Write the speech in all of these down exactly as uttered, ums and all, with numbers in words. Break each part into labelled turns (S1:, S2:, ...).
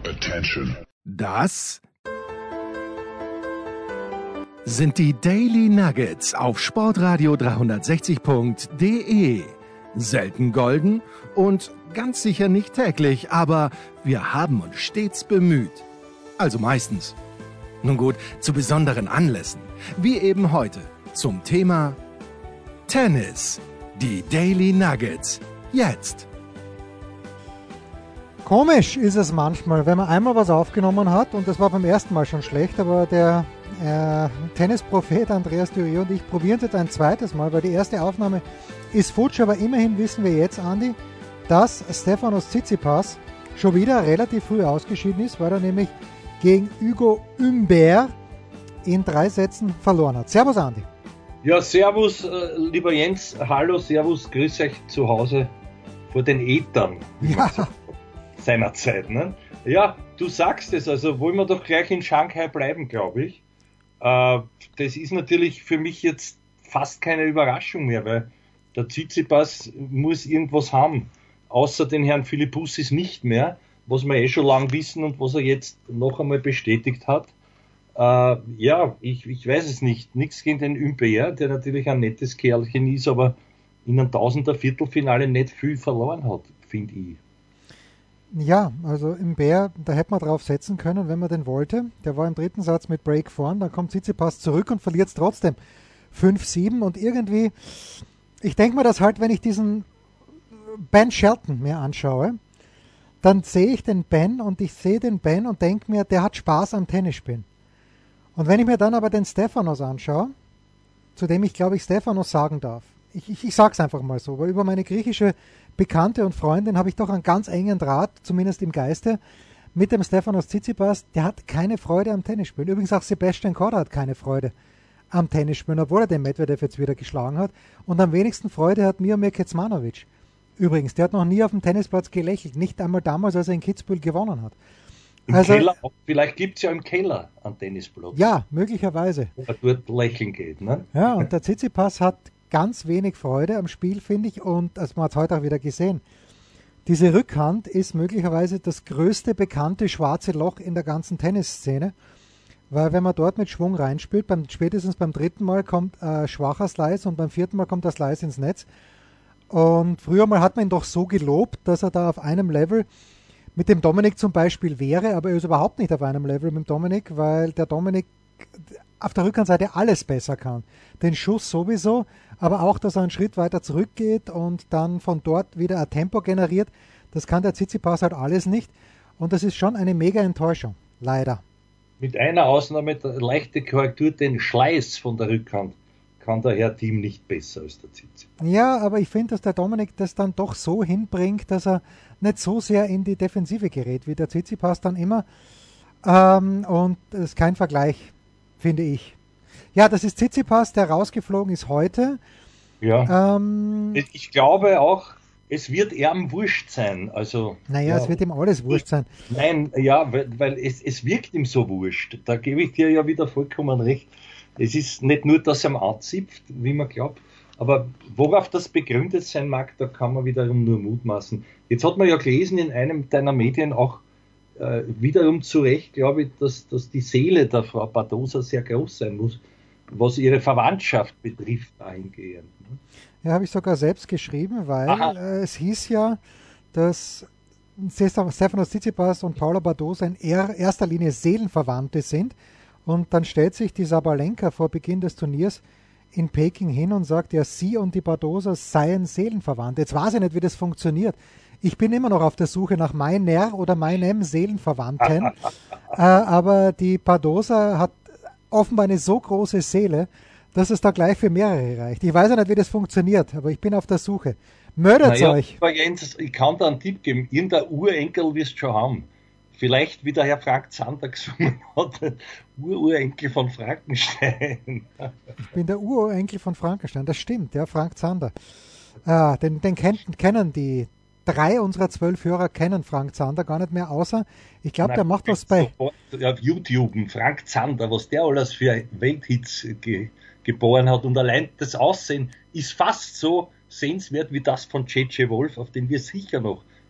S1: Attention.
S2: Das sind die Daily Nuggets auf Sportradio dreihundertsechzig Punkt de. Selten golden und ganz sicher nicht täglich, aber wir haben uns stets bemüht. Also meistens. Nun gut, zu besonderen Anlässen, wie eben heute, zum Thema Tennis. Die Daily Nuggets. Jetzt.
S3: Komisch ist es manchmal, wenn man einmal was aufgenommen hat, und das war beim ersten Mal schon schlecht, aber der äh, Tennisprophet Andreas Dürer und ich probieren es jetzt ein zweites Mal, weil die erste Aufnahme ist futsch, aber immerhin wissen wir jetzt, Andi, dass Stefanos Tsitsipas schon wieder relativ früh ausgeschieden ist, weil er nämlich gegen Hugo Humbert in drei Sätzen verloren hat. Servus, Andi.
S4: Ja, servus, äh, lieber Jens. Hallo, servus, grüß euch zu Hause vor den Ätern.
S3: Ja.
S4: Seinerzeit, ne? Ja, du sagst es, also wollen wir doch gleich in Shanghai bleiben, glaube ich. Äh, das ist natürlich für mich jetzt fast keine Überraschung mehr, weil der Tsitsipas muss irgendwas haben, außer den Herrn Philippussis nicht mehr, was wir eh schon lange wissen und was er jetzt noch einmal bestätigt hat. Äh, ja, ich, ich weiß es nicht. Nichts gegen den Humbert, der natürlich ein nettes Kerlchen ist, aber in einem Tausender Viertelfinale nicht viel verloren hat, finde ich.
S3: Ja, also im Bär, da hätte man drauf setzen können, wenn man den wollte. Der war im dritten Satz mit Break vorn, dann kommt Tsitsipas zurück und verliert es trotzdem fünf sieben. Und irgendwie, ich denke mir das halt, wenn ich diesen Ben Shelton mir anschaue, dann sehe ich den Ben und ich sehe den Ben und denke mir, der hat Spaß am Tennisspielen. Und wenn ich mir dann aber den Stefanos anschaue, zu dem ich glaube ich Stefanos sagen darf, ich, ich, ich sage es einfach mal so, weil über meine griechische Bekannte und Freundin habe ich doch einen ganz engen Draht, zumindest im Geiste, mit dem Stefanos Tsitsipas. Der hat keine Freude am Tennisspielen. Übrigens auch Sebastian Korda hat keine Freude am Tennisspielen, obwohl er den Medvedev jetzt wieder geschlagen hat. Und am wenigsten Freude hat Miomir Kecmanovic. Übrigens, der hat noch nie auf dem Tennisplatz gelächelt. Nicht einmal damals, als er in Kitzbühel gewonnen hat.
S4: Im
S3: also,
S4: Keller, vielleicht gibt es ja im Keller einen Tennisplatz.
S3: Ja, möglicherweise.
S4: Wo er dort lächeln geht, ne?
S3: Ja, und der Tsitsipas hat ganz wenig Freude am Spiel, finde ich, und das man hat es heute auch wieder gesehen. Diese Rückhand ist möglicherweise das größte bekannte schwarze Loch in der ganzen Tennisszene, weil wenn man dort mit Schwung reinspielt, beim, spätestens beim dritten Mal kommt ein äh, schwacher Slice und beim vierten Mal kommt der Slice ins Netz. Und früher mal hat man ihn doch so gelobt, dass er da auf einem Level mit dem Dominik zum Beispiel wäre, aber er ist überhaupt nicht auf einem Level mit dem Dominik, weil der Dominik auf der Rückhandseite alles besser kann. Den Schuss sowieso, aber auch, dass er einen Schritt weiter zurückgeht und dann von dort wieder ein Tempo generiert. Das kann der Tsitsipas halt alles nicht. Und das ist schon eine mega Enttäuschung. Leider.
S4: Mit einer Ausnahme, der leichte Korrektur, den Schleiß von der Rückhand kann der Herr Team nicht besser als der Tsitsipas.
S3: Ja, aber ich finde, dass der Dominik das dann doch so hinbringt, dass er nicht so sehr in die Defensive gerät, wie der Tsitsipas dann immer. Ähm, und das ist kein Vergleich, finde ich. Ja, das ist Tsitsipas, der rausgeflogen ist heute.
S4: Ja.
S3: Ähm,
S4: ich glaube auch, es wird ihm wurscht sein. Also,
S3: naja,
S4: ja,
S3: es wird ihm alles wurscht sein.
S4: Nein, ja, weil, weil es, es wirkt ihm so wurscht. Da gebe ich dir ja wieder vollkommen recht. Es ist nicht nur, dass er ihm anzipft, wie man glaubt, aber worauf das begründet sein mag, da kann man wiederum nur mutmaßen. Jetzt hat man ja gelesen in einem deiner Medien auch äh, wiederum zu Recht, glaube ich, dass, dass die Seele der Frau Badosa sehr groß sein muss, was ihre Verwandtschaft betrifft dahingehend. Ne?
S3: Ja, habe ich sogar selbst geschrieben, weil äh, es hieß ja, dass Stefanos Tsitsipas und Paula Badosa in er, erster Linie Seelenverwandte sind. Und dann stellt sich die Sabalenka vor Beginn des Turniers in Peking hin und sagt, ja, sie und die Badosas seien Seelenverwandte. Jetzt weiß ich nicht, wie das funktioniert. Ich bin immer noch auf der Suche nach meiner oder meinem Seelenverwandten. äh, aber die Badosa hat offenbar eine so große Seele, dass es da gleich für mehrere reicht. Ich weiß ja nicht, wie das funktioniert, aber ich bin auf der Suche. Mördert
S4: naja,
S3: euch!
S4: Jens, ich kann da einen Tipp geben. Irgendein Urenkel wirst du schon haben. Vielleicht, wie der Herr Frank Zander gesungen hat, Ururenkel von Frankenstein.
S3: Ich bin der Ururenkel von Frankenstein, das stimmt, ja, Frank Zander. Ah, den den kennt, kennen die, drei unserer zwölf Hörer kennen Frank Zander gar nicht mehr, außer, ich glaube, der macht was bei...
S4: Auf YouTube, Frank Zander, was der alles für Welthits ge, geboren hat. Und allein das Aussehen ist fast so sehenswert wie das von J J Wolf, auf den wir sicher noch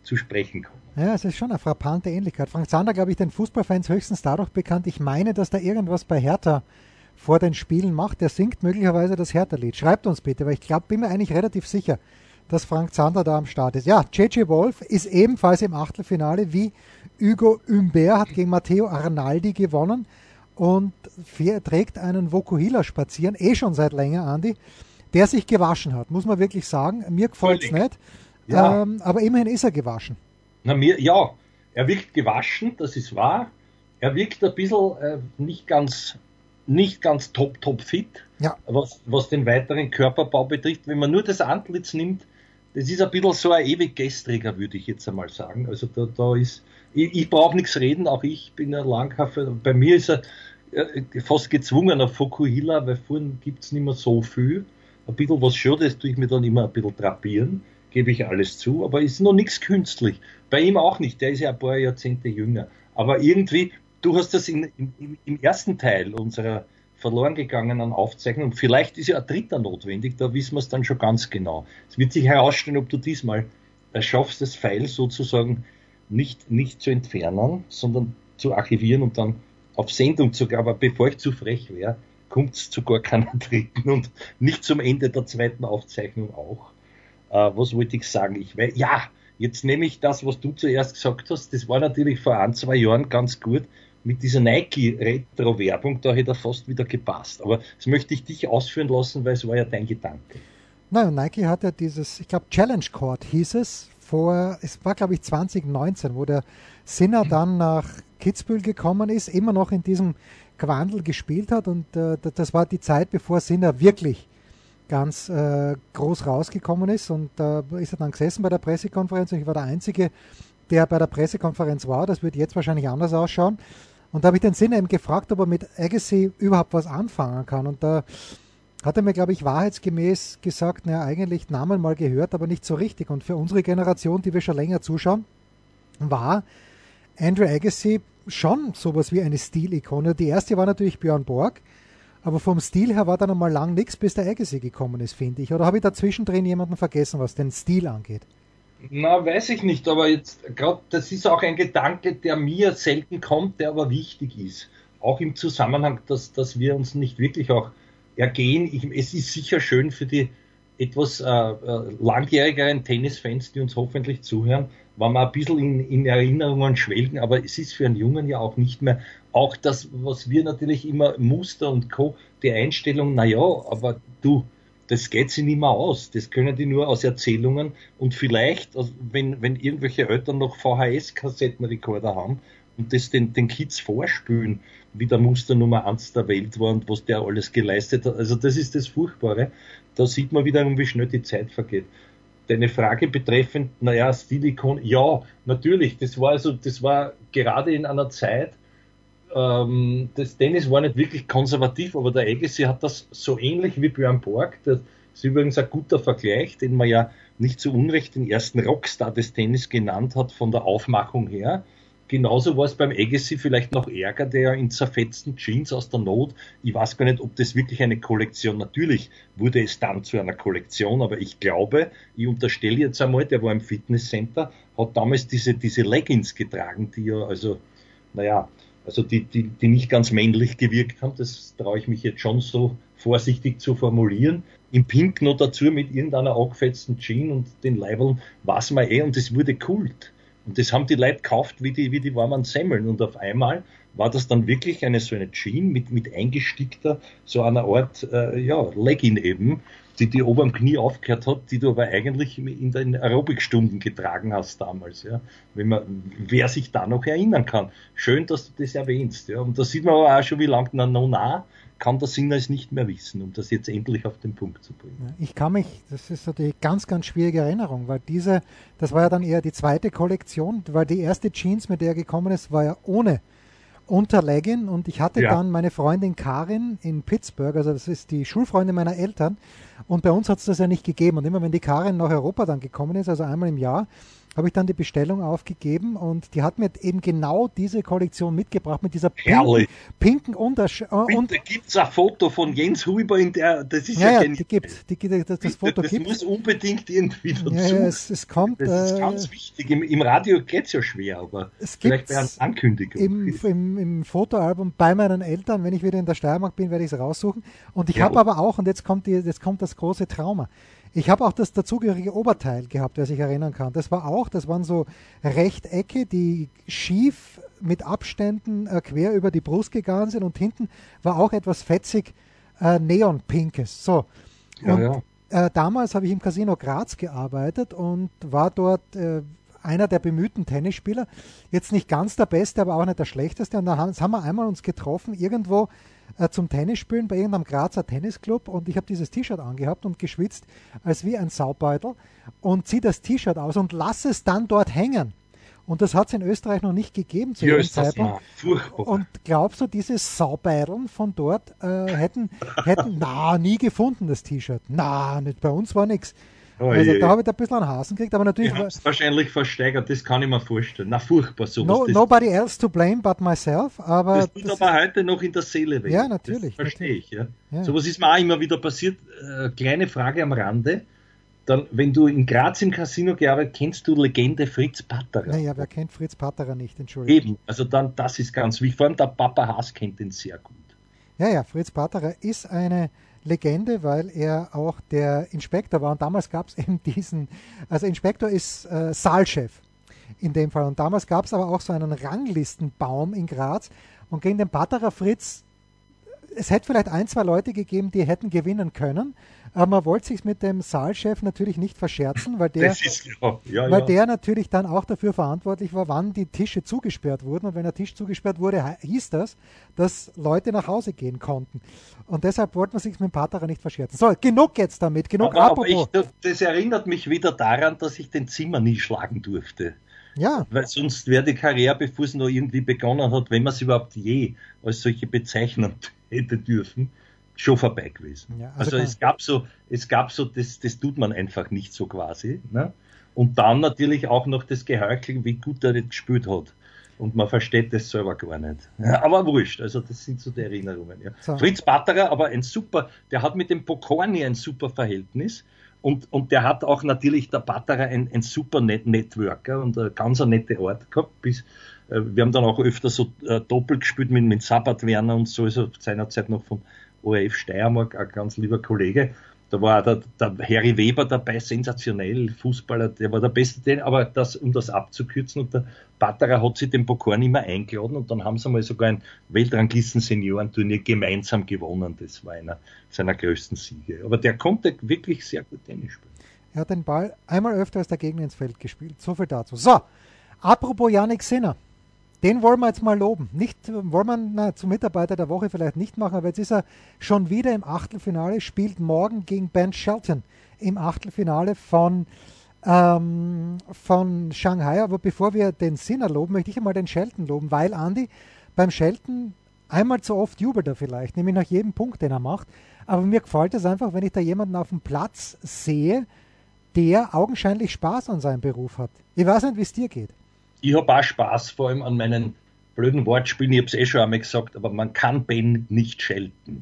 S4: zu sprechen kommen.
S3: Ja, es ist schon eine frappante Ähnlichkeit. Frank Zander, glaube ich, den Fußballfans höchstens dadurch bekannt. Ich meine, dass da irgendwas bei Hertha vor den Spielen macht. Der singt möglicherweise das Hertha-Lied. Schreibt uns bitte, weil ich glaube, bin mir eigentlich relativ sicher, dass Frank Zander da am Start ist. Ja, J J Wolf ist ebenfalls im Achtelfinale wie Hugo Humbert, hat gegen Matteo Arnaldi gewonnen und trägt einen Vokuhila spazieren, eh schon seit länger, Andi, der sich gewaschen hat, muss man wirklich sagen. Mir gefällt es nicht,
S4: ja.
S3: ähm, aber immerhin ist er gewaschen.
S4: Na, mir, ja, er wirkt gewaschen, das ist wahr. Er wirkt ein bisschen äh, nicht ganz, nicht ganz top, top fit,
S3: ja.
S4: was, was den weiteren Körperbau betrifft. Wenn man nur das Antlitz nimmt, das ist ein bisschen so ein ewig gestriger, würde ich jetzt einmal sagen. Also da, da ist, ich, ich brauche nichts reden, auch ich bin ein Langhafer. Bei mir ist er äh, fast gezwungen auf Fukuhila, weil vorhin gibt es nicht mehr so viel. Ein bisschen was schon, das tue ich mir dann immer ein bisschen drapieren, gebe ich alles zu, aber ist noch nichts künstlich. Bei ihm auch nicht, der ist ja ein paar Jahrzehnte jünger. Aber irgendwie, du hast das in, in, im ersten Teil unserer verloren gegangenen Aufzeichnung, vielleicht ist ja ein dritter notwendig, da wissen wir es dann schon ganz genau. Es wird sich herausstellen, ob du diesmal schaffst, das File sozusagen nicht, nicht zu entfernen, sondern zu archivieren und dann auf Sendung zu gehen. Aber bevor ich zu frech wäre, kommt es zu gar keiner dritten und nicht zum Ende der zweiten Aufzeichnung auch. Äh, was wollte ich sagen? Ich weiß, ja, jetzt nehme ich das, was du zuerst gesagt hast. Das war natürlich vor ein, zwei Jahren ganz gut mit dieser Nike-Retro-Werbung. Da hätte er fast wieder gepasst. Aber das möchte ich dich ausführen lassen, weil es war ja dein Gedanke.
S3: Nein, Nike hat ja dieses, ich glaube, Challenge Court hieß es, vor, es war glaube ich zwanzig neunzehn, wo der Sinner dann nach Kitzbühel gekommen ist, immer noch in diesem Quandl gespielt hat und äh, das war die Zeit, bevor Sinner wirklich ganz äh, groß rausgekommen ist und da äh, ist er dann gesessen bei der Pressekonferenz und ich war der Einzige, der bei der Pressekonferenz war. Das wird jetzt wahrscheinlich anders ausschauen. Und da habe ich den Sinner eben gefragt, ob er mit Agassi überhaupt was anfangen kann. Und da hat er mir, glaube ich, wahrheitsgemäß gesagt, naja, eigentlich Namen mal gehört, aber nicht so richtig. Und für unsere Generation, die wir schon länger zuschauen, war Andrew Agassi schon sowas wie eine Stilikone. Die erste war natürlich Björn Borg, aber vom Stil her war dann einmal lang nichts, bis der Agassi gekommen ist, finde ich. Oder habe ich da zwischendrin jemanden vergessen, was den Stil angeht?
S4: Na, weiß ich nicht, aber jetzt gerade, das ist auch ein Gedanke, der mir selten kommt, der aber wichtig ist. Auch im Zusammenhang, dass, dass wir uns nicht wirklich auch ergehen. Ich, es ist sicher schön für die etwas äh, langjährigeren Tennisfans, die uns hoffentlich zuhören, wenn wir ein bisschen in, in Erinnerungen schwelgen, aber es ist für einen Jungen ja auch nicht mehr, auch das, was wir natürlich immer, Muster und Co., die Einstellung, naja, aber du, das geht sich nicht mehr aus. Das können die nur aus Erzählungen und vielleicht, also wenn, wenn irgendwelche Eltern noch V H S-Kassettenrekorder haben und das den, den Kids vorspülen, wie der Muster Nummer eins der Welt war und was der alles geleistet hat. Also das ist das Furchtbare. Da sieht man wiederum, wie schnell die Zeit vergeht. Deine Frage betreffend, naja, Stilikon, ja, natürlich. Das war also, das war gerade in einer Zeit, ähm, das Tennis war nicht wirklich konservativ, aber der Agassi hat das so ähnlich wie Björn Borg. Das ist übrigens ein guter Vergleich, den man ja nicht zu Unrecht den ersten Rockstar des Tennis genannt hat von der Aufmachung her. Genauso war es beim Agassi vielleicht noch ärger, der ja in zerfetzten Jeans aus der Not, ich weiß gar nicht, ob das wirklich eine Kollektion, natürlich wurde es dann zu einer Kollektion, aber ich glaube, ich unterstelle jetzt einmal, der war im Fitnesscenter, hat damals diese, diese Leggings getragen, die ja, also, naja, also die, die, die nicht ganz männlich gewirkt haben, das traue ich mich jetzt schon so vorsichtig zu formulieren. Im Pink noch dazu mit irgendeiner angefetzten Jeans und den Leibeln weiß man eh und es wurde Kult. Und das haben die Leute gekauft wie die, wie die warmen Semmeln. Und auf einmal war das dann wirklich eine so eine Jeans mit, mit eingestickter, so einer Art, äh, ja, Legging eben, die die ober am Knie aufgehört hat, die du aber eigentlich in den Aerobikstunden getragen hast damals, ja. Wenn man, wer sich da noch erinnern kann. Schön, dass du das erwähnst, ja. Und da sieht man aber auch schon, wie lange, na, no, na, kann der Sinner es nicht mehr wissen, um das jetzt endlich auf den Punkt zu bringen.
S3: Ich kann mich, das ist natürlich ganz, ganz schwierige Erinnerung, weil diese, das war ja dann eher die zweite Kollektion, weil die erste Jeans, mit der er gekommen ist, war ja ohne Unterlegging und ich hatte ja dann meine Freundin Karin in Pittsburgh, also das ist die Schulfreundin meiner Eltern und bei uns hat es das ja nicht gegeben und immer wenn die Karin nach Europa dann gekommen ist, also einmal im Jahr, habe ich dann die Bestellung aufgegeben und die hat mir eben genau diese Kollektion mitgebracht mit dieser
S4: Herrlich.
S3: pinken, pinken Untersch... Äh, und
S4: Da gibt es ein Foto von Jens Huber in der, das ist
S3: ja,
S4: ja,
S3: ja,
S4: genial.
S3: die gibt's, die, die, das, das Foto
S4: das
S3: gibt
S4: muss unbedingt irgendwie dazu.
S3: ja, ja, es, es kommt,
S4: das ist
S3: äh,
S4: ganz wichtig. Im, im Radio geht es ja schwer, aber
S3: es
S4: vielleicht
S3: gibt's
S4: bei einer Ankündigung.
S3: Im, im, im Fotoalbum bei meinen Eltern, wenn ich wieder in der Steiermark bin, werde ich es raussuchen. Und ich
S4: Ja.
S3: habe aber auch, und jetzt kommt, die, jetzt kommt das große Trauma, ich habe auch das dazugehörige Oberteil gehabt, wer sich erinnern kann. Das war auch, das waren so Rechtecke, die schief mit Abständen äh, quer über die Brust gegangen sind und hinten war auch etwas fetzig äh, neonpinkes. So.
S4: Ja,
S3: und
S4: ja.
S3: Äh, damals habe ich im Casino Graz gearbeitet und war dort äh, einer der bemühten Tennisspieler. Jetzt nicht ganz der Beste, aber auch nicht der Schlechteste. Und dann haben, haben wir einmal uns getroffen, irgendwo äh, zum Tennisspielen bei irgendeinem Grazer Tennisclub und ich habe dieses T-Shirt angehabt und geschwitzt als wie ein Saubeutel und ziehe das T-Shirt aus und lasse es dann dort hängen. Und das hat es in Österreich noch nicht gegeben zu
S4: Ja,
S3: jedem
S4: ist das
S3: Zeitpunkt.
S4: mal furchtbar.
S3: Und glaubst du, diese Saubeideln von dort äh, hätten, hätten na, nie gefunden, das T-Shirt. Na, nicht, bei uns war nichts.
S4: Oh
S3: Also
S4: je.
S3: da habe ich da ein bisschen einen Hasen gekriegt, aber natürlich
S4: Ich
S3: war,
S4: habe es wahrscheinlich versteigert, das kann ich mir vorstellen. Na, furchtbar sowas.
S3: no,
S4: das,
S3: nobody else to blame but myself. Aber
S4: das tut
S3: das
S4: aber heute noch in der Seele weh.
S3: Ja, natürlich,
S4: Das verstehe ich, ja.
S3: Ja.
S4: Sowas ist mir auch immer wieder passiert. Äh, kleine Frage am Rande. Dann, wenn du in Graz im Casino gearbeitet, kennst du Legende Fritz Patterer?
S3: naja, wer kennt Fritz Patterer nicht, Entschuldigung.
S4: Eben, also dann, das ist ganz wichtig. Vor allem der Papa Haas kennt ihn sehr gut.
S3: Ja, ja, Fritz Patterer ist eine Legende, weil er auch der Inspektor war. Und damals gab es eben diesen, also Inspektor ist äh, Saalchef in dem Fall. Und damals gab es aber auch so einen Ranglistenbaum in Graz. Und gegen den Patterer Fritz, es hätte vielleicht ein, zwei Leute gegeben, die hätten gewinnen können. Aber man wollte sich mit dem Saalchef natürlich nicht verscherzen, weil der,
S4: Das ist ja, ja,
S3: weil
S4: ja.
S3: der natürlich dann auch dafür verantwortlich war, wann die Tische zugesperrt wurden. Und wenn ein Tisch zugesperrt wurde, hieß das, dass Leute nach Hause gehen konnten. Und deshalb wollte man sich mit dem Patterer nicht verscherzen. So, genug jetzt damit, genug
S4: aber, aber
S3: apropos.
S4: ich, das erinnert mich wieder daran, dass ich den Zimmer nie schlagen durfte.
S3: Ja,
S4: Weil sonst wäre die Karriere, bevor es noch irgendwie begonnen hat, wenn man es überhaupt je als solche bezeichnen hätte dürfen, schon vorbei gewesen.
S3: Ja, also
S4: also
S3: kann-
S4: es gab so, es gab so, das, das tut man einfach nicht so quasi. Ne? Und dann natürlich auch noch das Geheucheln, wie gut er das gespielt hat. Und man versteht das selber gar nicht. Ja, aber wurscht, also das sind so die Erinnerungen. Ja.
S3: So.
S4: Fritz Patterer, aber ein super, der hat mit dem Pokorny ein super Verhältnis. Und, und der hat auch natürlich, der Patterer, ein, ein super Net Networker und eine ganz eine nette Art gehabt. Bis, äh, wir haben dann auch öfter so äh, doppelt gespielt mit, mit Sabbat Werner und so, also seinerzeit noch vom O R F Steiermark, ein ganz lieber Kollege. Da war der, der Harry Weber dabei, sensationell, Fußballer, der war der Beste, den, aber das, um das abzukürzen, und der Patterer hat sich den Pokal nicht mehr eingeladen und dann haben sie mal sogar ein Weltranglisten-Seniorenturnier gemeinsam gewonnen. Das war einer seiner größten Siege. Aber der konnte wirklich sehr gut Tennis spielen.
S3: er hat den Ball einmal öfter als der Gegner ins Feld gespielt. So viel dazu. So, apropos Yannick Sinner. Den wollen wir jetzt mal loben. Nicht, wollen wir na, zum Mitarbeiter der Woche vielleicht nicht machen, aber jetzt ist er schon wieder im Achtelfinale, spielt morgen gegen Ben Shelton im Achtelfinale von, ähm, von Shanghai. Aber bevor wir den Sinner loben, möchte ich einmal den Shelton loben, weil Andi, beim Shelton einmal zu oft jubelt er vielleicht, nämlich nach jedem Punkt, den er macht. Aber mir gefällt es einfach, wenn ich da jemanden auf dem Platz sehe, der augenscheinlich Spaß an seinem Beruf hat. Ich weiß nicht, wie es dir geht.
S4: Ich habe auch Spaß, vor allem an meinen blöden Wortspielen. Ich habe es eh schon einmal gesagt, aber man kann Ben nicht schelten.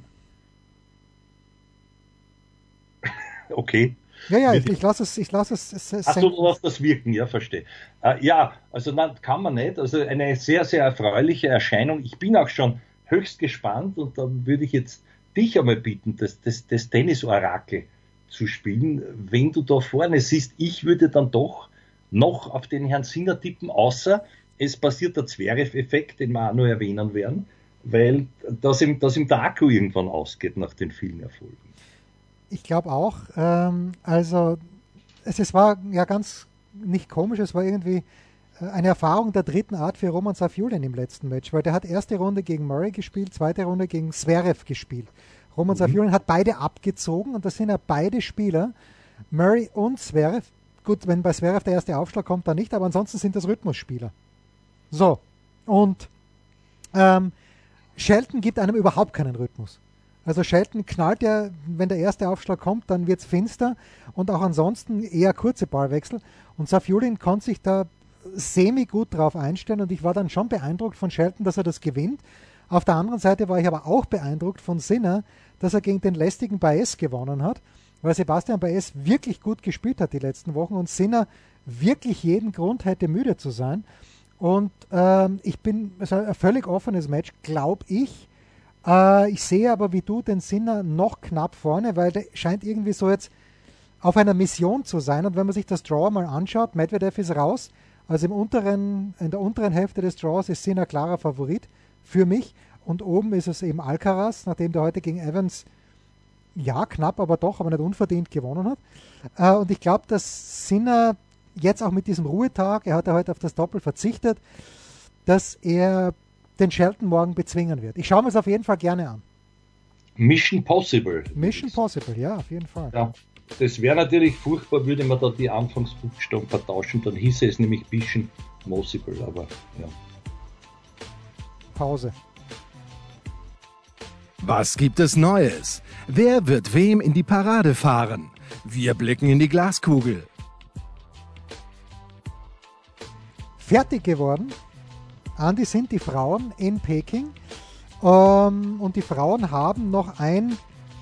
S4: Okay.
S3: Ja, ja, ich, ich lasse es, ich lasse es, es, es
S4: Achso, du lässt das wirken, ja, verstehe. Äh, ja, also nein, kann man nicht. Also eine sehr, sehr erfreuliche Erscheinung. Ich bin auch schon höchst gespannt und da würde ich jetzt dich einmal bitten, das, das, das Tennis-Orakel zu spielen. Wenn du da vorne siehst, ich würde dann doch noch auf den Herrn Sinner tippen, außer es passiert der Zverev-Effekt, den wir auch noch erwähnen werden, weil das ihm, das ihm der Akku irgendwann ausgeht nach den vielen Erfolgen.
S3: Ich glaube auch. Ähm, also es, es war ja ganz nicht komisch, es war irgendwie äh, eine Erfahrung der dritten Art für Roman Safiullin im letzten Match, weil der hat erste Runde gegen Murray gespielt, zweite Runde gegen Zverev gespielt. Roman mhm. Safiullin hat beide abgezogen und das sind ja beide Spieler, Murray und Zverev. Gut, wenn bei Zverev der erste Aufschlag kommt, dann nicht, aber ansonsten sind das Rhythmusspieler. So, und ähm, Shelton gibt einem überhaupt keinen Rhythmus. Also Shelton knallt ja, wenn der erste Aufschlag kommt, dann wird es finster und auch ansonsten eher kurze Ballwechsel. Und Safiullin konnte sich da semi-gut drauf einstellen und ich war dann schon beeindruckt von Shelton, dass er das gewinnt. Auf der anderen Seite war ich aber auch beeindruckt von Sinner, dass er gegen den lästigen Baez gewonnen hat, weil Sebastian Baez wirklich gut gespielt hat die letzten Wochen und Sinner wirklich jeden Grund hätte, müde zu sein. Und ähm, ich bin, es ist ein völlig offenes Match, glaube ich. Äh, ich sehe aber wie du den Sinner noch knapp vorne, weil der scheint irgendwie so jetzt auf einer Mission zu sein. Und wenn man sich das Draw mal anschaut, Medvedev ist raus, also im unteren, in der unteren Hälfte des Draws ist Sinner klarer Favorit für mich. Und oben ist es eben Alcaraz, nachdem der heute gegen Evans, ja knapp, aber doch, aber nicht unverdient gewonnen hat. Äh, und ich glaube, dass Sinner jetzt auch mit diesem Ruhetag, er hat ja heute auf das Doppel verzichtet, dass er den Shelton morgen bezwingen wird. Ich schaue mir es auf jeden Fall gerne an.
S4: Mission Possible.
S3: Mission Possible, ja, auf jeden Fall.
S4: Ja, das wäre natürlich furchtbar, würde man da die Anfangsbuchstaben vertauschen, dann hieße es nämlich Mission Possible, aber ja.
S3: Pause.
S2: Was gibt es Neues? Wer wird wem in die Parade fahren? Wir blicken in die Glaskugel.
S3: Fertig geworden, Andi, sind die Frauen in Peking. Ähm, und die Frauen haben noch ein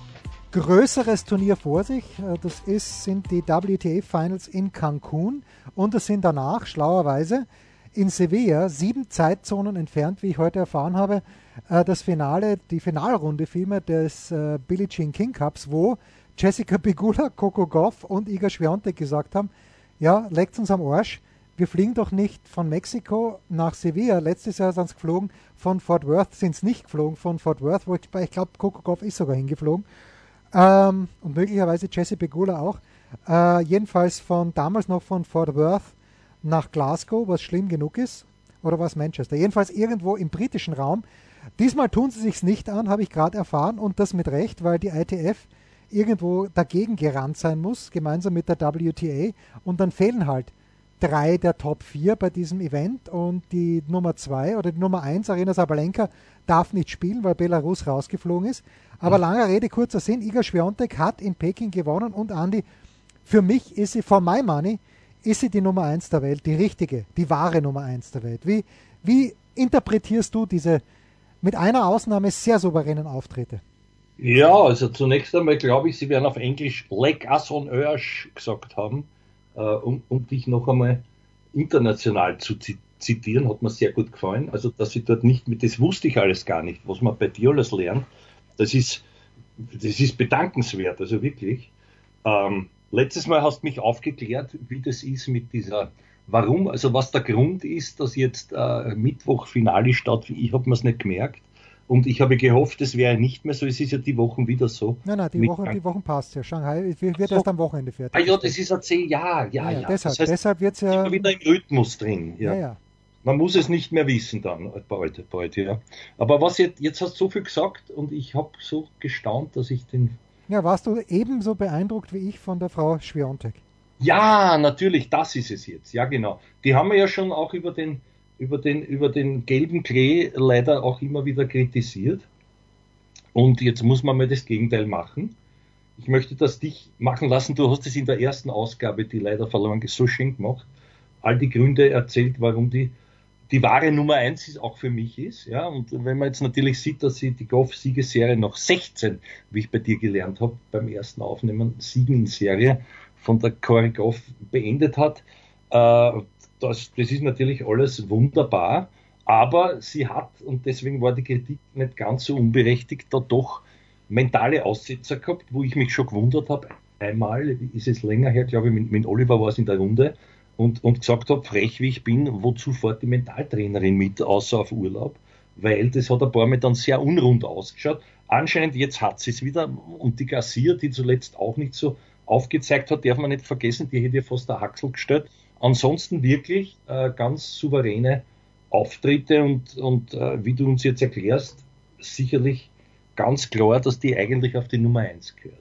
S3: größeres Turnier vor sich. Das ist, sind die W T A Finals in Cancun. Und es sind danach, schlauerweise, in Sevilla, sieben Zeitzonen entfernt, wie ich heute erfahren habe, das Finale, die Finalrunde vielmehr des äh, Billie Jean King Cups, wo Jessica Pegula, Coco Gauff und Iga Swiatek gesagt haben, ja, leckt uns am Arsch, wir fliegen doch nicht von Mexiko nach Sevilla. Letztes Jahr sind sie geflogen, von Fort Worth sind sie nicht geflogen, von Fort Worth, wo ich, ich glaube, Coco Gauff ist sogar hingeflogen. Ähm, und möglicherweise Jessie Pegula auch. Äh, jedenfalls von damals noch von Fort Worth nach Glasgow, was schlimm genug ist. Oder was Manchester? Jedenfalls irgendwo im britischen Raum. Diesmal tun sie sich's nicht an, habe ich gerade erfahren. Und das mit Recht, weil die I T F irgendwo dagegen gerannt sein muss, gemeinsam mit der W T A. Und dann fehlen halt drei der Top vier bei diesem Event. Und die Nummer zwei oder die Nummer eins, Aryna Sabalenka, darf nicht spielen, weil Belarus rausgeflogen ist. Aber langer Rede, kurzer Sinn, Iga Swiatek hat in Peking gewonnen und Andi, für mich ist sie, for my money, ist sie die Nummer eins der Welt, die richtige, die wahre Nummer eins der Welt. Wie, wie interpretierst du diese mit einer Ausnahme sehr souveränen Auftritte?
S4: Ja, also zunächst einmal glaube ich, sie werden auf Englisch Leg us on Urge gesagt haben, äh, um, um dich noch einmal international zu zitieren, hat mir sehr gut gefallen. Also, dass sie dort nicht mit, das wusste ich alles gar nicht, was man bei dir alles lernt, das ist, das ist bedankenswert, also wirklich. Ähm, letztes Mal hast du mich aufgeklärt, wie das ist mit dieser, warum, also was der Grund ist, dass jetzt äh, Mittwoch Finale stattfindet. Ich habe mir es nicht gemerkt und ich habe gehofft, es wäre nicht mehr so. Es ist ja die Wochen wieder so.
S3: Nein, nein, die Wochen, die Wochen passt ja. Shanghai wird
S4: so.
S3: Erst am Wochenende fertig.
S4: Ah ja, das ist ein zehn, ja, ja, ja.
S3: ja, deshalb,
S4: das heißt,
S3: deshalb wird es ja
S4: immer wieder im Rhythmus drin. Ja.
S3: Ja, ja.
S4: Man muss es nicht mehr wissen dann, bald, bald, ja. Aber was jetzt, jetzt hast du so viel gesagt und ich habe so gestaunt, dass ich den...
S3: Ja, warst du ebenso beeindruckt wie ich von der Frau Swiatek?
S4: Ja, natürlich, das ist es jetzt, ja genau. Die haben wir ja schon auch über den, über den, über den gelben Klee leider auch immer wieder kritisiert. Und jetzt muss man mal das Gegenteil machen. Ich möchte das dich machen lassen. Du hast es in der ersten Ausgabe, die leider verloren ist, so schön gemacht. All die Gründe erzählt, warum die die wahre Nummer eins ist, auch für mich ist. Ja, und wenn man jetzt natürlich sieht, dass sie die Golf-Siegesserie noch sechzehn, wie ich bei dir gelernt habe, beim ersten Aufnehmen, Siegen in Serie von der Corey Goff beendet hat, äh, das, das ist natürlich alles wunderbar, aber sie hat, und deswegen war die Kritik nicht ganz so unberechtigt, da doch mentale Aussetzer gehabt, wo ich mich schon gewundert habe. Einmal ist es länger her, glaube ich, mit, mit Oliver war es in der Runde, Und, und gesagt habe, frech wie ich bin, wozu fährt die Mentaltrainerin mit, außer auf Urlaub? Weil das hat ein paar Mal dann sehr unrund ausgeschaut. Anscheinend jetzt hat sie es wieder. Und die Garcia, die zuletzt auch nicht so aufgezeigt hat, darf man nicht vergessen, die hätte ja fast der Haxel gestellt. Ansonsten wirklich äh, ganz souveräne Auftritte und, und äh, wie du uns jetzt erklärst, sicherlich ganz klar, dass die eigentlich auf die Nummer eins gehört.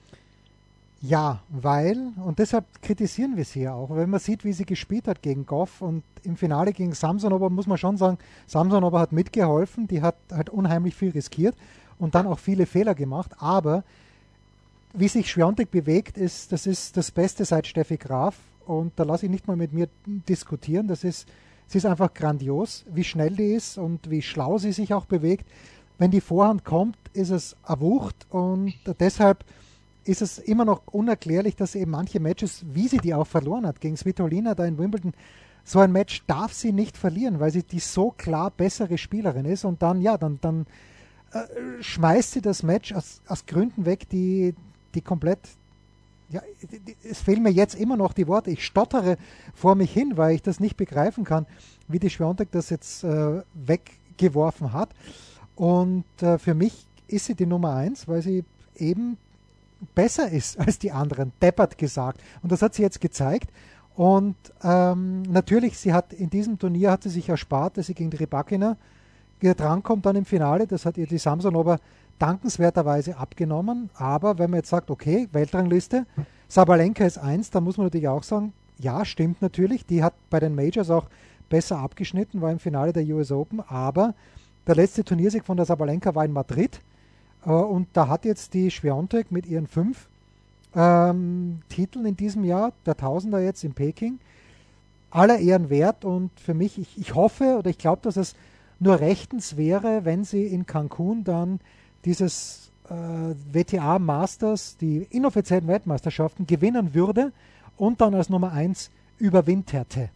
S3: Ja, weil, und deshalb kritisieren wir sie ja auch, wenn man sieht, wie sie gespielt hat gegen Goff und im Finale gegen Samsonova, muss man schon sagen, Samsonova hat mitgeholfen, die hat halt unheimlich viel riskiert und dann auch viele Fehler gemacht, aber wie sich Świątek bewegt, ist, das ist das Beste seit Steffi Graf und da lasse ich nicht mal mit mir diskutieren, das ist, sie ist einfach grandios, wie schnell die ist und wie schlau sie sich auch bewegt. Wenn die Vorhand kommt, ist es eine Wucht und deshalb ist es immer noch unerklärlich, dass sie eben manche Matches, wie sie die auch verloren hat, gegen Svitolina da in Wimbledon, so ein Match darf sie nicht verlieren, weil sie die so klar bessere Spielerin ist und dann, ja, dann, dann äh, schmeißt sie das Match aus, aus Gründen weg, die, die komplett, ja, die, die, es fehlen mir jetzt immer noch die Worte, ich stottere vor mich hin, weil ich das nicht begreifen kann, wie die Świątek das jetzt äh, weggeworfen hat und äh, für mich ist sie die Nummer eins, weil sie eben besser ist als die anderen, deppert gesagt. Und das hat sie jetzt gezeigt. Und ähm, natürlich, sie hat in diesem Turnier hat sie sich erspart, dass sie gegen die Rybakina drankommt dann im Finale. Das hat ihr die Samsonova dankenswerterweise abgenommen. Aber wenn man jetzt sagt, okay, Weltrangliste, Sabalenka ist eins, dann muss man natürlich auch sagen, ja, stimmt natürlich. Die hat bei den Majors auch besser abgeschnitten, war im Finale der U S Open. Aber der letzte Turniersieg von der Sabalenka war in Madrid. Und da hat jetzt die Świątek mit ihren fünf ähm, Titeln in diesem Jahr, der Tausender jetzt in Peking, aller Ehren wert. Und für mich, ich, ich hoffe oder ich glaube, dass es nur rechtens wäre, wenn sie in Cancun dann dieses äh, W T A Masters, die inoffiziellen Weltmeisterschaften, gewinnen würde und dann als Nummer eins überwinterte.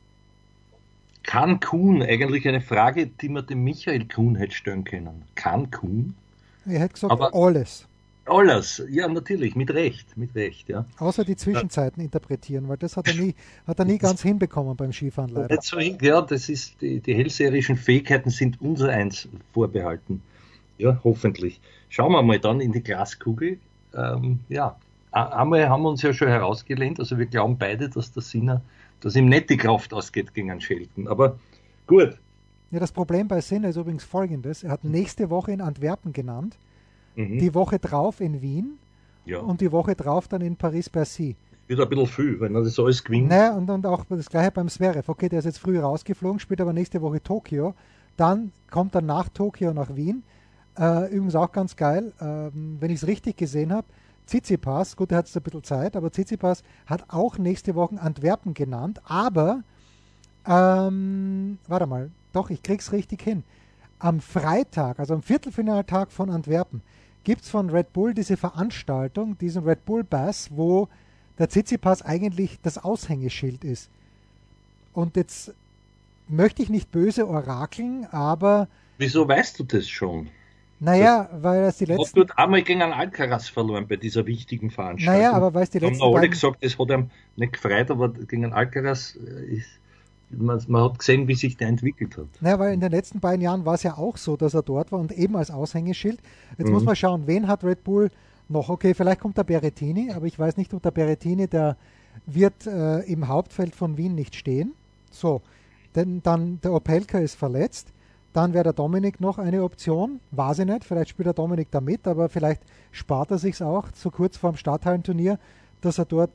S4: Cancun, eigentlich eine Frage, die man dem Michael Kuhn hätte stellen können. Cancun?
S3: Er hätte gesagt,
S4: aber
S3: alles.
S4: Alles, ja, natürlich, mit Recht, mit Recht, ja.
S3: Außer die Zwischenzeiten ja. interpretieren, weil das hat er nie, hat er nie ganz hinbekommen beim Skifahren leider.
S4: So, ja, das ist, die, die hellseherischen Fähigkeiten sind unser eins vorbehalten. Ja, hoffentlich. Schauen wir mal dann in die Glaskugel. Ähm, ja, einmal haben wir uns ja schon herausgelehnt, also wir glauben beide, dass der Sinner, dass ihm nicht die Kraft ausgeht gegen einen Schelten, aber gut.
S3: Ja, das Problem bei Sinner ist übrigens folgendes. Er hat nächste Woche in Antwerpen genannt, mhm. die Woche drauf in Wien ja. und die Woche drauf dann in Paris-Bercy.
S4: Wieder ein bisschen viel, wenn er das alles gewinnt.
S3: Naja, und, und auch das gleiche beim Zverev. Okay, der ist jetzt früh rausgeflogen, spielt aber nächste Woche Tokio. Dann kommt er nach Tokio nach Wien. Äh, übrigens auch ganz geil, ähm, wenn ich es richtig gesehen habe, Tsitsipas, gut, er hat jetzt ein bisschen Zeit, aber Tsitsipas hat auch nächste Woche Antwerpen genannt, aber ähm, warte mal, doch, ich krieg's richtig hin. Am Freitag, also am Viertelfinaltag von Antwerpen, gibt es von Red Bull diese Veranstaltung, diesen Red Bull Bass, wo der Tsitsipas eigentlich das Aushängeschild ist. Und jetzt möchte ich nicht böse orakeln, aber...
S4: Wieso weißt du das schon?
S3: Naja, weil es die letzten...
S4: Er hat einmal gegen einen Alcaraz verloren bei dieser wichtigen Veranstaltung.
S3: Naja, aber weil es die letzten...
S4: Da haben alle gesagt, das hat ihm nicht gefreut, aber gegen einen Alcaraz ist... Man, man hat gesehen, wie sich der entwickelt hat.
S3: Naja, weil in den letzten beiden Jahren war es ja auch so, dass er dort war und eben als Aushängeschild. Jetzt mhm. muss man schauen, wen hat Red Bull noch? Okay, vielleicht kommt der Berrettini, aber ich weiß nicht, ob der Berrettini, der wird äh, im Hauptfeld von Wien nicht stehen. So, denn dann der Opelka ist verletzt. Dann wäre der Dominik noch eine Option. Weiß ich nicht, vielleicht spielt der Dominik da mit, aber vielleicht spart er sich's auch so kurz vor dem Stadthallenturnier, dass er dort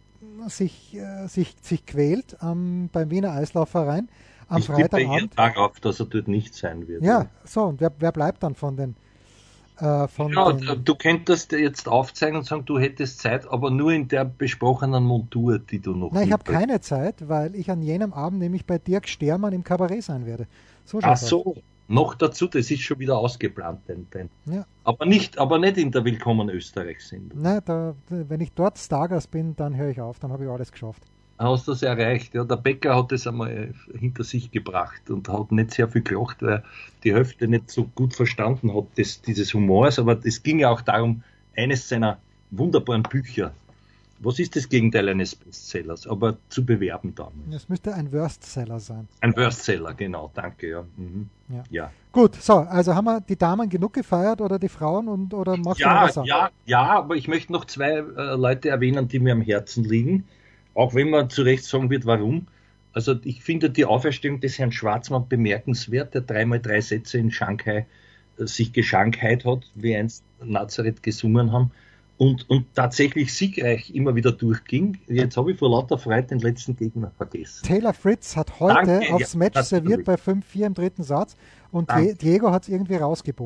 S3: sich, äh, sich, sich quält ähm, beim Wiener Eislaufverein am
S4: ich
S3: Freitagabend.
S4: Ich darauf, dass er dort nicht sein wird.
S3: Ja, so, und wer, wer bleibt dann von den... Äh, von
S4: ja,
S3: den
S4: du könntest jetzt aufzeigen und sagen, du hättest Zeit, aber nur in der besprochenen Montur, die du noch...
S3: Nein, ich habe keine Zeit, weil ich an jenem Abend nämlich bei Dirk Stermann im Kabarett sein werde. So
S4: Ach so, noch dazu, das ist schon wieder ausgeplant. Denn, denn.
S3: Ja.
S4: Aber, nicht, aber nicht in der Willkommen Österreich-Sendung.
S3: Nein, da, wenn ich dort Stargast bin, dann höre ich auf, dann habe ich alles geschafft.
S4: Hast du das erreicht? Ja, der Becker hat das einmal hinter sich gebracht und hat nicht sehr viel gelacht, weil die Hälfte nicht so gut verstanden hat, des, dieses Humors, aber es ging ja auch darum, eines seiner wunderbaren Bücher, was ist das Gegenteil eines Bestsellers, aber zu bewerben dann.
S3: Es müsste ein Worstseller sein.
S4: Ein Worstseller, genau, danke, ja. Mhm.
S3: Ja.
S4: ja.
S3: Gut, so, also haben wir die Damen genug gefeiert oder die Frauen und oder machst
S4: ja,
S3: du noch was sagen?
S4: Ja, ja, aber ich möchte noch zwei äh, Leute erwähnen, die mir am Herzen liegen, auch wenn man zu Recht sagen wird, warum. Also ich finde die Auferstehung des Herrn Schwarzmann bemerkenswert, der dreimal drei Sätze in Shanghai äh, sich geschankhait hat, wie einst Nazareth gesungen haben. Und, und tatsächlich siegreich immer wieder durchging. Jetzt habe ich vor lauter Freude den letzten Gegner vergessen.
S3: Taylor Fritz hat heute
S4: Danke,
S3: aufs
S4: ja,
S3: Match
S4: natürlich.
S3: serviert bei fünf vier im dritten Satz und
S4: Danke.
S3: Diego hat es irgendwie rausgebogen.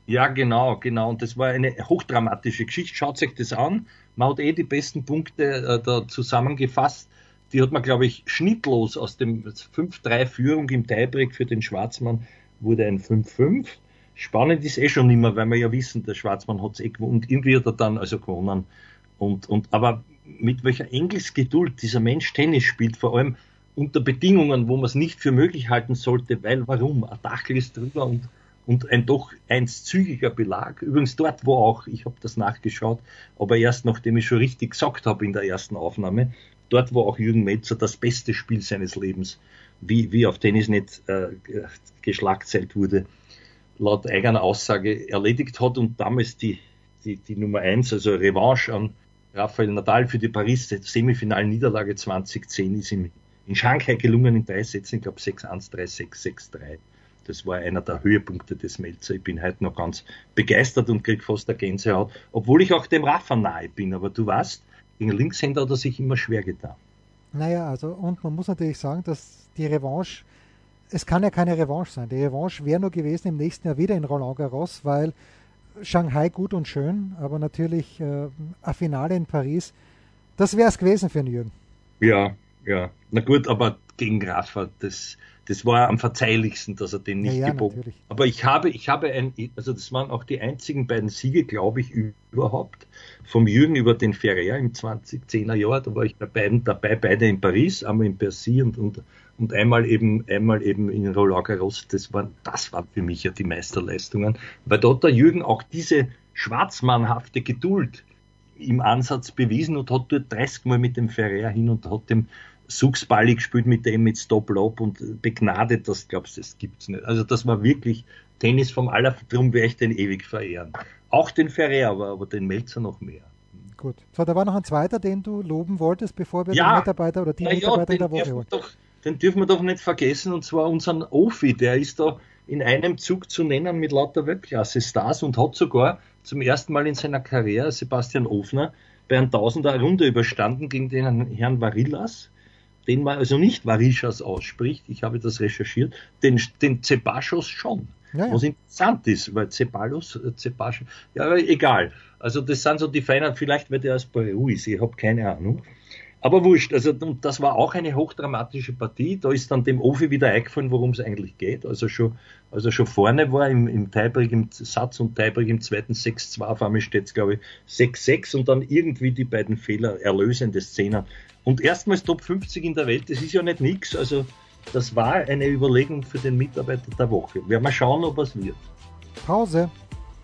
S4: Ja, genau, genau. Und das war eine hochdramatische Geschichte. Schaut euch das an. Man hat eh die besten Punkte äh, da zusammengefasst. Die hat man, glaube ich, schnittlos aus dem fünf drei Führung im Tiebreak für den Schwarzmann wurde ein fünf fünf. Spannend ist eh schon immer, weil wir ja wissen, der Schwarzmann hat es eh gewonnen. Und irgendwie hat er dann also gewonnen. Und, und, aber mit welcher Engelsgeduld dieser Mensch Tennis spielt, vor allem unter Bedingungen, wo man es nicht für möglich halten sollte, weil warum? Ein Dachel ist drüber und, und ein doch einst zügiger Belag. Übrigens dort, wo auch, ich habe das nachgeschaut, aber erst nachdem ich schon richtig gesagt habe in der ersten Aufnahme, dort wo auch Jürgen Melzer das beste Spiel seines Lebens, wie, wie auf Tennisnet äh, geschlagzeilt wurde, laut eigener Aussage erledigt hat und damals die, die, die Nummer eins, also Revanche an Rafael Nadal für die Paris-Semifinal-Niederlage zwanzig zehn ist ihm in Shanghai gelungen in drei Sätzen, ich glaube sechs eins, drei sechs, sechs drei. Das war einer der Höhepunkte des Melzer. Ich bin heute noch ganz begeistert und kriege fast eine Gänsehaut, obwohl ich auch dem Rafa nahe bin. Aber du weißt, gegen Linkshänder hat er sich immer schwer getan.
S3: Naja, also und man muss natürlich sagen, dass die Revanche, es kann ja keine Revanche sein. Die Revanche wäre nur gewesen im nächsten Jahr wieder in Roland Garros, weil Shanghai gut und schön, aber natürlich äh, ein Finale in Paris, das wäre es gewesen für den Jürgen.
S4: Ja, ja. Na gut, aber gegen Rafa, das, das war am verzeihlichsten, dass er den nicht
S3: ja, ja,
S4: gebogen hat.
S3: natürlich.
S4: Aber ich habe, ich habe ein, also das waren auch die einzigen beiden Siege, glaube ich, überhaupt vom Jürgen über den Ferrer im zwanzig zehner Jahr. Da war ich bei beiden dabei, beide in Paris, einmal in Bercy und, und, und einmal eben, einmal eben in Roland Garros. Das waren, das waren für mich ja die Meisterleistungen, weil dort der Jürgen auch diese schwarzmannhafte Geduld im Ansatz bewiesen und hat dort dreißig Mal mit dem Ferrer hin und hat dem Suchsballi gespielt mit dem mit Stop-Lob und begnadet, das glaubst du, das gibt's nicht. Also das war wirklich Tennis vom Aller, darum werde ich den ewig verehren. Auch den Ferrer, aber, aber den Melzer noch mehr.
S3: Gut. So, da war noch ein zweiter, den du loben wolltest, bevor wir
S4: Ja,
S3: den Mitarbeiter oder die
S4: ja,
S3: Mitarbeiter
S4: den
S3: der Woche
S4: dürfen
S3: holen.
S4: Doch, den dürfen wir doch nicht vergessen, und zwar unseren Ofi, der ist da in einem Zug zu nennen mit lauter Weltklasse-Stars und hat sogar zum ersten Mal in seiner Karriere Sebastian Ofner bei einem Tausender Runde überstanden gegen den Herrn Varillas, den man also nicht Varishas ausspricht, ich habe das recherchiert, den, den Cepachos schon. Ja, ja. Was interessant ist, weil Ceballos, Cepachos, ja, aber egal. Also das sind so die Feinen, vielleicht weil der aus Peru ist, ich habe keine Ahnung. Aber wurscht, also und das war auch eine hochdramatische Partie. Da ist dann dem Ofi wieder eingefallen, worum es eigentlich geht. Also schon, also schon vorne war im, im Tiebreak im Satz und Tiebreak im zweiten sechs zwei, auf einmal steht es, glaube ich, sechs sechs und dann irgendwie die beiden Fehler, erlösende Szenen. Und erstmals Top fünfzig in der Welt, das ist ja nicht nix. Also das war eine Überlegung für den Mitarbeiter der Woche. Werden wir schauen, ob es wird.
S3: Pause.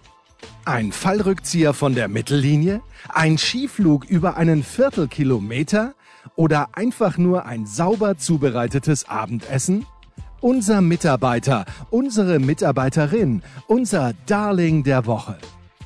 S2: Ein Fallrückzieher von der Mittellinie? Ein Skiflug über einen Viertelkilometer? Oder einfach nur ein sauber zubereitetes Abendessen? Unser Mitarbeiter, unsere Mitarbeiterin, unser Darling der Woche.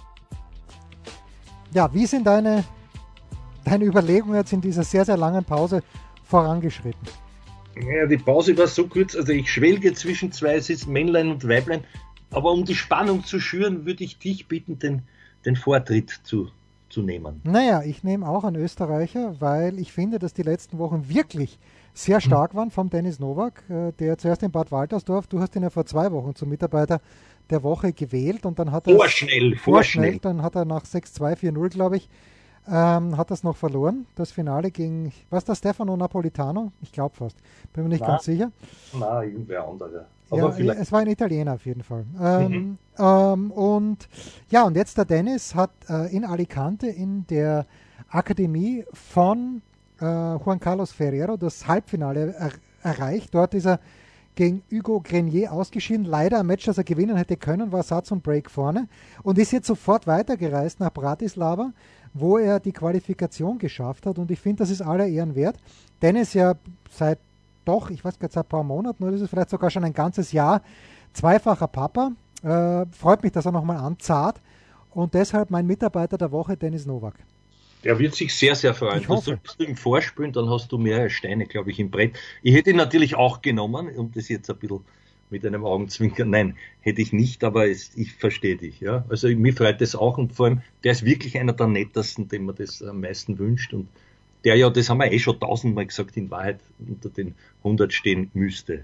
S3: Ja, wie sind deine, deine Überlegungen jetzt in dieser sehr, sehr langen Pause vorangeschritten?
S4: Ja, die Pause war so kurz, also ich schwelge zwischen zwei, es ist Männlein und Weiblein. Aber um die Spannung zu schüren, würde ich dich bitten, den, den Vortritt zu, zu nehmen.
S3: Naja, ich nehme auch einen Österreicher, weil ich finde, dass die letzten Wochen wirklich sehr stark waren vom Dennis Novak, der zuerst in Bad Waltersdorf, du hast ihn ja vor zwei Wochen zum Mitarbeiter der Woche gewählt und dann hat er
S4: vorschnell, vorschnell,
S3: dann hat er nach sechs zwei, vier null, glaube ich, ähm, hat das noch verloren, das Finale gegen, was das, Stefano Napolitano? Ich glaube fast, bin mir nicht
S4: Na,
S3: ganz sicher.
S4: Na, irgendwer anderer.
S3: Ja, es war ein Italiener auf jeden Fall. Ähm, mhm. ähm, und ja, und jetzt der Dennis hat äh, in Alicante in der Akademie von äh, Juan Carlos Ferrero das Halbfinale er erreicht. Dort ist er gegen Hugo Grenier ausgeschieden. Leider ein Match, das er gewinnen hätte können, war Satz und Break vorne. Und ist jetzt sofort weitergereist nach Bratislava, wo er die Qualifikation geschafft hat. Und ich finde, das ist aller Ehren wert. Dennis ja seit doch, ich weiß gar nicht, seit ein paar Monaten, oder ist es vielleicht sogar schon ein ganzes Jahr, zweifacher Papa. Äh, freut mich, dass er nochmal anzahlt. Und deshalb mein Mitarbeiter der Woche, Dennis Novak.
S4: Er wird sich sehr, sehr freuen. Du solltest ihm vorspielen, dann hast du mehrere Steine, glaube ich, im Brett. Ich hätte ihn natürlich auch genommen, um das jetzt ein bisschen mit einem Augenzwinkern. Nein, hätte ich nicht, aber es, ich verstehe dich. Ja? Also mir freut das auch und vor allem, der ist wirklich einer der nettesten, dem man das am meisten wünscht und der ja, das haben wir eh schon tausendmal gesagt, in Wahrheit unter den hundert stehen müsste.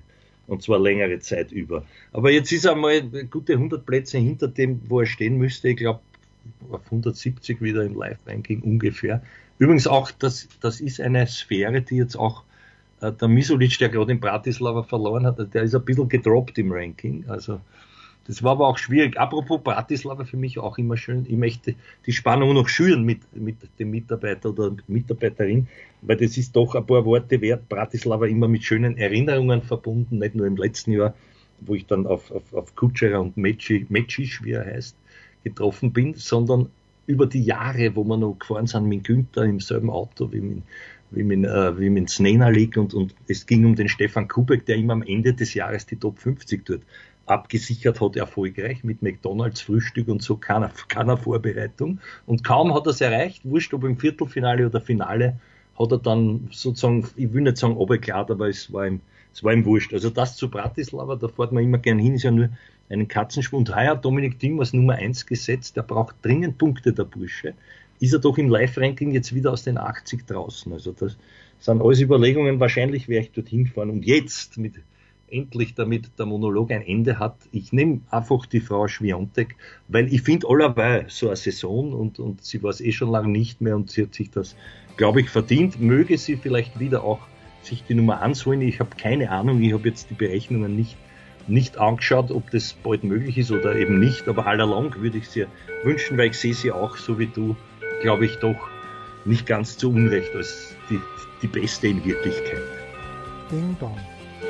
S4: und zwar längere Zeit über. Aber jetzt ist er mal gute hundert Plätze hinter dem, wo er stehen müsste. Ich glaube, auf hundertsiebzig wieder im Live-Ranking ungefähr. Übrigens auch, das, das ist eine Sphäre, die jetzt auch äh, der Misulic, der gerade in Bratislava verloren hat, der ist ein bisschen gedroppt im Ranking. Also das war aber auch schwierig. Apropos Bratislava, für mich auch immer schön. Ich möchte die Spannung noch schüren mit, mit dem Mitarbeiter oder Mitarbeiterin, weil das ist doch ein paar Worte wert. Bratislava immer mit schönen Erinnerungen verbunden, nicht nur im letzten Jahr, wo ich dann auf, auf, auf Kutschera und Mecic, wie er heißt, getroffen bin, sondern über die Jahre, wo wir noch gefahren sind mit Günther im selben Auto wie mit, wie mit, äh, wie mit Snena League und, und es ging um den Stefan Kubek, der immer am Ende des Jahres die Top fünfzig dort abgesichert hat, erfolgreich mit McDonalds Frühstück und so, keiner, keiner Vorbereitung. Und kaum hat er es erreicht, wurscht ob im Viertelfinale oder Finale, hat er dann sozusagen, ich will nicht sagen runtergeklart, aber es war ihm, es war ihm wurscht. Also das zu Bratislava, da fährt man immer gern hin, ist ja nur einen Katzensprung. Und heuer hat Dominik Thiem als Nummer eins gesetzt, der braucht dringend Punkte, der Bursche. Ist er doch im Live-Ranking jetzt wieder aus den achtzig draußen. Also das sind alles Überlegungen, wahrscheinlich werde ich dorthin fahren. Und jetzt mit endlich, damit der Monolog ein Ende hat. Ich nehme einfach die Frau Świątek, weil ich finde allerweil so eine Saison und, und sie war es eh schon lange nicht mehr und sie hat sich das, glaube ich, verdient. Möge sie vielleicht wieder auch sich die Nummer eins holen. Ich habe keine Ahnung, ich habe jetzt die Berechnungen nicht, nicht angeschaut, ob das bald möglich ist oder eben nicht, aber allalong würde ich sie wünschen, weil ich sehe sie auch, so wie du, glaube ich, doch nicht ganz zu Unrecht als die, die Beste in Wirklichkeit.
S3: Ding dong.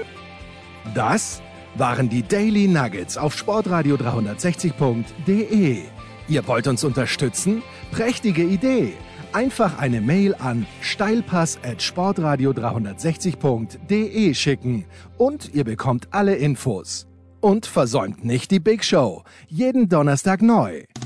S2: Das waren die Daily Nuggets auf sportradio dreihundertsechzig punkt de. Ihr wollt uns unterstützen? Prächtige Idee! Einfach eine Mail an steilpass at sportradio dreihundertsechzig punkt de schicken und ihr bekommt alle Infos. Und versäumt nicht die Big Show. Jeden Donnerstag neu.